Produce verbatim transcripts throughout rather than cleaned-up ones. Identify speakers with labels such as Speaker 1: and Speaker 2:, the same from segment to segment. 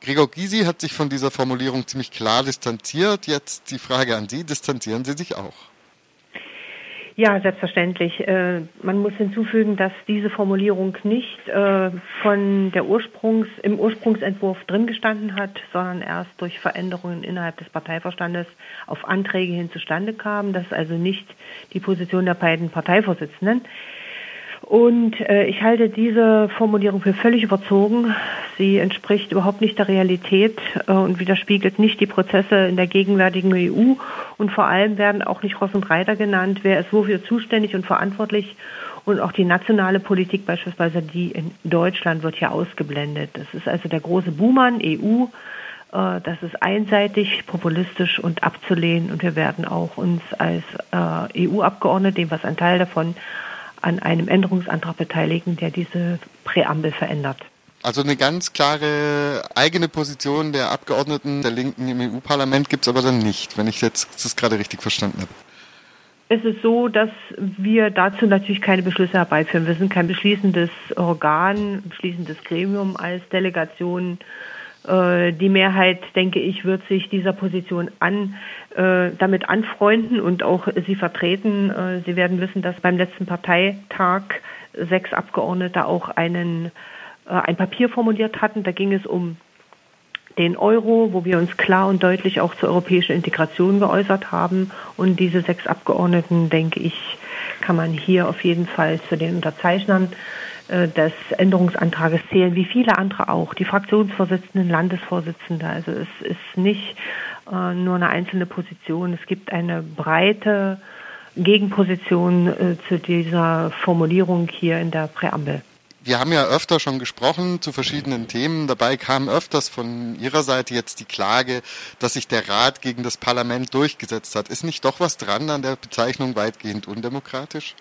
Speaker 1: Gregor Gysi hat sich von dieser Formulierung ziemlich klar distanziert. Jetzt die Frage an Sie, distanzieren Sie sich auch?
Speaker 2: Ja, selbstverständlich. Äh, man muss hinzufügen, dass diese Formulierung nicht äh, von der Ursprungs, im Ursprungsentwurf drin gestanden hat, sondern erst durch Veränderungen innerhalb des Parteivorstandes auf Anträge hin zustande kam. Das ist also nicht die Position der beiden Parteivorsitzenden. Und äh, ich halte diese Formulierung für völlig überzogen. Sie entspricht überhaupt nicht der Realität äh, und widerspiegelt nicht die Prozesse in der gegenwärtigen E U. Und vor allem werden auch nicht Ross und Reiter genannt, wer ist wofür zuständig und verantwortlich. Und auch die nationale Politik, beispielsweise die in Deutschland, wird hier ausgeblendet. Das ist also der große Buhmann, E U. Äh, das ist einseitig, populistisch und abzulehnen. Und wir werden auch uns als äh, E U-Abgeordnete, jedenfalls ein Teil davon, an einem Änderungsantrag beteiligen, der diese Präambel verändert.
Speaker 1: Also eine ganz klare eigene Position der Abgeordneten der Linken im E U-Parlament gibt es aber dann nicht, wenn ich jetzt das gerade richtig verstanden habe.
Speaker 2: Es ist so, dass wir dazu natürlich keine Beschlüsse herbeiführen. Wir sind kein beschließendes Organ, beschließendes Gremium als Delegation. Die Mehrheit, denke ich, wird sich dieser Position an, äh, damit anfreunden und auch sie vertreten. Äh, Sie werden wissen, dass beim letzten Parteitag sechs Abgeordnete auch einen, äh, ein Papier formuliert hatten. Da ging es um den Euro, wo wir uns klar und deutlich auch zur europäischen Integration geäußert haben. Und diese sechs Abgeordneten, denke ich, kann man hier auf jeden Fall zu den Unterzeichnern des Änderungsantrages zählen, wie viele andere auch, die Fraktionsvorsitzenden, Landesvorsitzende. Also es ist nicht äh, nur eine einzelne Position, es gibt eine breite Gegenposition äh, zu dieser Formulierung hier in der Präambel.
Speaker 1: Wir haben ja öfter schon gesprochen zu verschiedenen Themen. Dabei kam öfters von Ihrer Seite jetzt die Klage, dass sich der Rat gegen das Parlament durchgesetzt hat. Ist nicht doch was dran an der Bezeichnung weitgehend undemokratisch?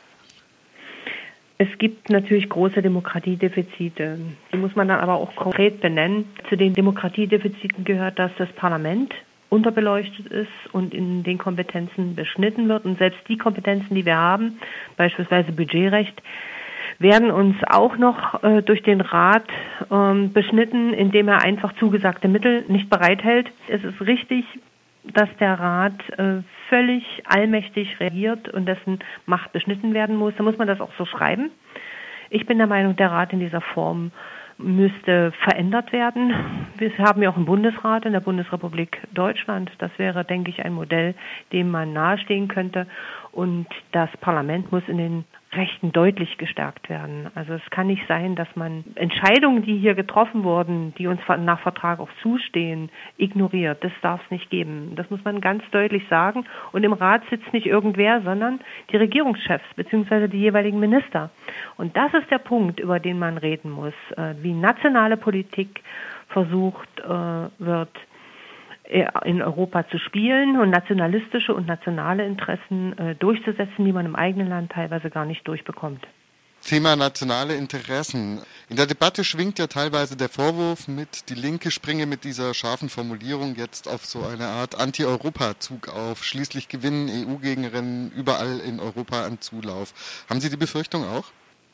Speaker 2: Es gibt natürlich große Demokratiedefizite. Die muss man dann aber auch konkret benennen. Zu den Demokratiedefiziten gehört, dass das Parlament unterbeleuchtet ist und in den Kompetenzen beschnitten wird. Und selbst die Kompetenzen, die wir haben, beispielsweise Budgetrecht, werden uns auch noch äh, durch den Rat ähm, beschnitten, indem er einfach zugesagte Mittel nicht bereithält. Es ist richtig, dass der Rat äh, völlig allmächtig reagiert und dessen Macht beschnitten werden muss. Da muss man das auch so schreiben. Ich bin der Meinung, der Rat in dieser Form müsste verändert werden. Wir haben ja auch einen Bundesrat in der Bundesrepublik Deutschland. Das wäre, denke ich, ein Modell, dem man nahestehen könnte. Und das Parlament muss in den Rechten deutlich gestärkt werden. Also es kann nicht sein, dass man Entscheidungen, die hier getroffen wurden, die uns nach Vertrag auch zustehen, ignoriert. Das darf es nicht geben. Das muss man ganz deutlich sagen. Und im Rat sitzt nicht irgendwer, sondern die Regierungschefs bzw. die jeweiligen Minister. Und das ist der Punkt, über den man reden muss. Wie nationale Politik versucht wird, in Europa zu spielen und nationalistische und nationale Interessen äh, durchzusetzen, die man im eigenen Land teilweise gar nicht durchbekommt.
Speaker 1: Thema nationale Interessen. In der Debatte schwingt ja teilweise der Vorwurf mit, die Linke springe mit dieser scharfen Formulierung jetzt auf so eine Art Anti-Europa-Zug auf. Schließlich gewinnen E U-Gegnerinnen überall in Europa an Zulauf. Haben Sie die Befürchtung auch?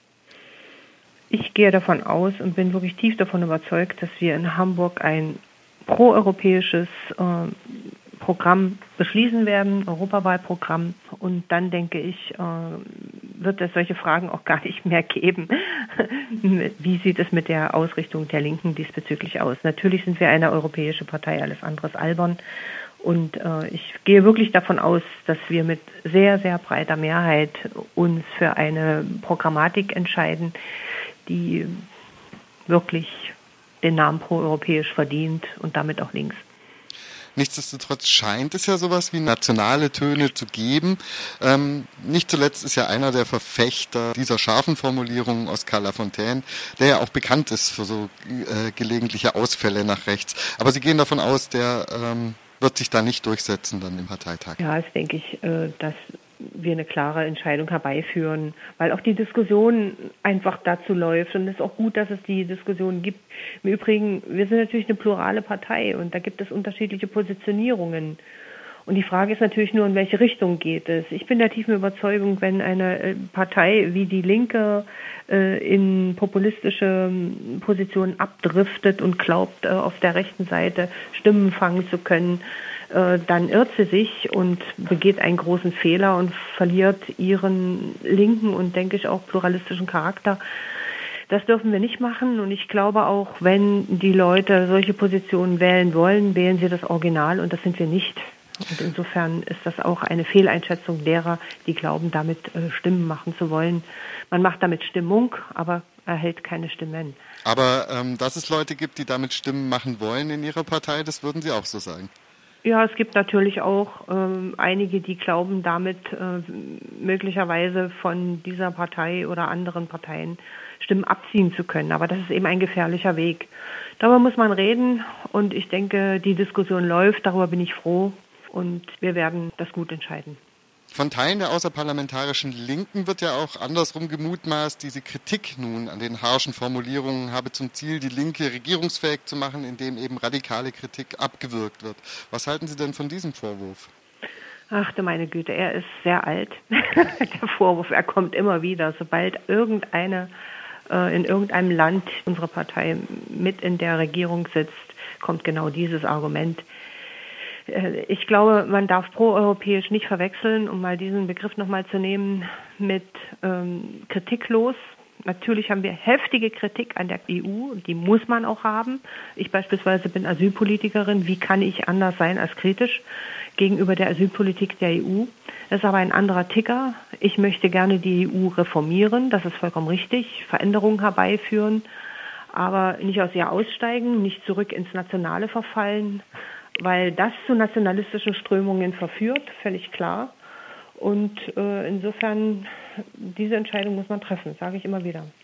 Speaker 2: Ich gehe davon aus und bin wirklich tief davon überzeugt, dass wir in Hamburg ein proeuropäisches äh, Programm beschließen werden, Europawahlprogramm. Und dann, denke ich, äh, wird es solche Fragen auch gar nicht mehr geben. Wie sieht es mit der Ausrichtung der Linken diesbezüglich aus? Natürlich sind wir eine europäische Partei, alles andere ist albern. Und äh, ich gehe wirklich davon aus, dass wir mit sehr, sehr breiter Mehrheit uns für eine Programmatik entscheiden, die wirklich den Namen proeuropäisch verdient und damit auch links.
Speaker 1: Nichtsdestotrotz scheint es ja sowas wie nationale Töne zu geben. Ähm, nicht zuletzt ist ja einer der Verfechter dieser scharfen Formulierung Oskar Lafontaine, der ja auch bekannt ist für so äh, gelegentliche Ausfälle nach rechts. Aber Sie gehen davon aus, der ähm, wird sich da nicht durchsetzen dann im Parteitag.
Speaker 2: Ja, das denke ich, äh, dass wir eine klare Entscheidung herbeiführen, weil auch die Diskussion einfach dazu läuft und es ist auch gut, dass es die Diskussion gibt. Im Übrigen, wir sind natürlich eine plurale Partei und da gibt es unterschiedliche Positionierungen Und die Frage ist natürlich nur, in welche Richtung geht es. Ich bin der tiefen Überzeugung, wenn eine Partei wie die Linke äh, in populistische Positionen abdriftet und glaubt, äh, auf der rechten Seite Stimmen fangen zu können, äh, dann irrt sie sich und begeht einen großen Fehler und verliert ihren linken und, denke ich, auch pluralistischen Charakter. Das dürfen wir nicht machen und ich glaube auch, wenn die Leute solche Positionen wählen wollen, wählen sie das Original und das sind wir nicht. Und insofern ist das auch eine Fehleinschätzung derer, die glauben, damit äh, Stimmen machen zu wollen. Man macht damit Stimmung, aber erhält keine Stimmen.
Speaker 1: Aber ähm, dass es Leute gibt, die damit Stimmen machen wollen in ihrer Partei, das würden Sie auch so sagen?
Speaker 2: Ja, es gibt natürlich auch ähm, einige, die glauben, damit äh, möglicherweise von dieser Partei oder anderen Parteien Stimmen abziehen zu können. Aber das ist eben ein gefährlicher Weg. Darüber muss man reden und ich denke, die Diskussion läuft, darüber bin ich froh. Und wir werden das gut entscheiden.
Speaker 1: Von Teilen der außerparlamentarischen Linken wird ja auch andersrum gemutmaßt, diese Kritik nun an den harschen Formulierungen habe zum Ziel, die Linke regierungsfähig zu machen, indem eben radikale Kritik abgewürgt wird. Was halten Sie denn von diesem Vorwurf?
Speaker 2: Ach du meine Güte, er ist sehr alt. Der Vorwurf, er kommt immer wieder. Sobald irgendeine äh, in irgendeinem Land unsere Partei mit in der Regierung sitzt, kommt genau dieses Argument. Ich glaube, man darf proeuropäisch nicht verwechseln, um mal diesen Begriff nochmal zu nehmen, mit ähm, kritiklos. Natürlich haben wir heftige Kritik an der E U, die muss man auch haben. Ich beispielsweise bin Asylpolitikerin. Wie kann ich anders sein als kritisch gegenüber der Asylpolitik der E U? Das ist aber ein anderer Ticker. Ich möchte gerne die E U reformieren, das ist vollkommen richtig, Veränderungen herbeiführen, aber nicht aus ihr aussteigen, nicht zurück ins Nationale verfallen, weil das zu nationalistischen Strömungen verführt, völlig klar. Und äh, insofern, diese Entscheidung muss man treffen, sage ich immer wieder.